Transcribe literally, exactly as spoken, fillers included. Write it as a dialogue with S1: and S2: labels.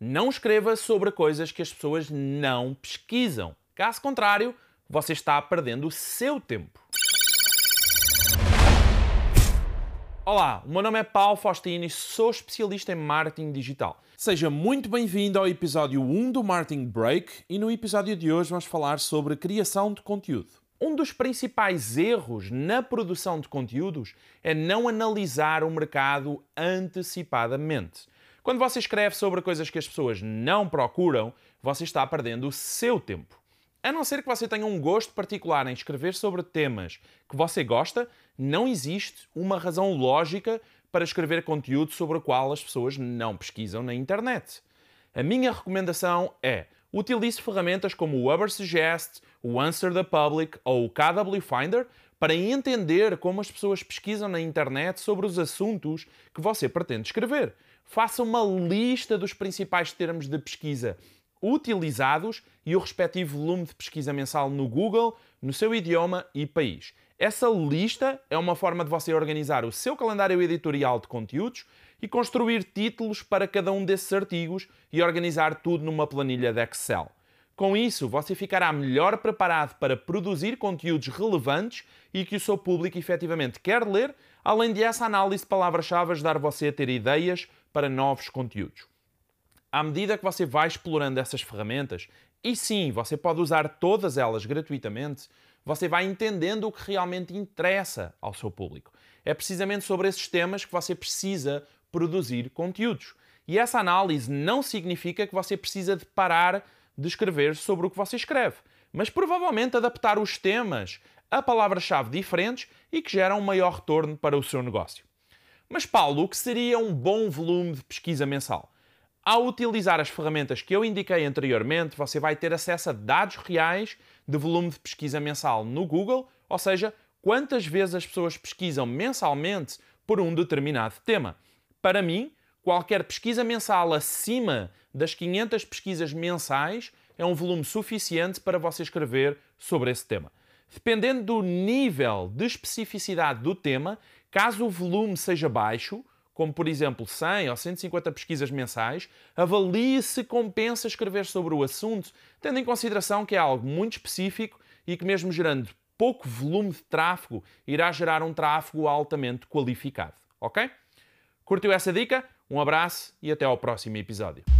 S1: Não escreva sobre coisas que as pessoas não pesquisam. Caso contrário, você está perdendo o seu tempo. Olá, o meu nome é Paulo Faustino e sou especialista em marketing digital. Seja muito bem-vindo ao episódio um do Marketing Break e no episódio de hoje vamos falar sobre criação de conteúdo. Um dos principais erros na produção de conteúdos é não analisar o mercado antecipadamente. Quando você escreve sobre coisas que as pessoas não procuram, você está perdendo o seu tempo. A não ser que você tenha um gosto particular em escrever sobre temas que você gosta, não existe uma razão lógica para escrever conteúdo sobre o qual as pessoas não pesquisam na internet. A minha recomendação é: utilize ferramentas como o Ubersuggest, o Answer the Public ou o K W Finder para entender como as pessoas pesquisam na internet sobre os assuntos que você pretende escrever. Faça uma lista dos principais termos de pesquisa utilizados e o respectivo volume de pesquisa mensal no Google, no seu idioma e país. Essa lista é uma forma de você organizar o seu calendário editorial de conteúdos e construir títulos para cada um desses artigos e organizar tudo numa planilha de Excel. Com isso, você ficará melhor preparado para produzir conteúdos relevantes e que o seu público efetivamente quer ler, além de essa análise de palavras-chave ajudar você a ter ideias para novos conteúdos. À medida que você vai explorando essas ferramentas, e sim, você pode usar todas elas gratuitamente, você vai entendendo o que realmente interessa ao seu público. É precisamente sobre esses temas que você precisa produzir conteúdos. E essa análise não significa que você precisa de parar de escrever sobre o que você escreve, mas provavelmente adaptar os temas a palavras-chave diferentes e que geram um maior retorno para o seu negócio. Mas Paulo, o que seria um bom volume de pesquisa mensal? Ao utilizar as ferramentas que eu indiquei anteriormente, você vai ter acesso a dados reais de volume de pesquisa mensal no Google, ou seja, quantas vezes as pessoas pesquisam mensalmente por um determinado tema. Para mim, qualquer pesquisa mensal acima das quinhentas pesquisas mensais é um volume suficiente para você escrever sobre esse tema. Dependendo do nível de especificidade do tema, caso o volume seja baixo, como por exemplo cem ou cento e cinquenta pesquisas mensais, avalie se compensa escrever sobre o assunto, tendo em consideração que é algo muito específico e que mesmo gerando pouco volume de tráfego, irá gerar um tráfego altamente qualificado. Ok? Curtiu essa dica? Um abraço e até ao próximo episódio.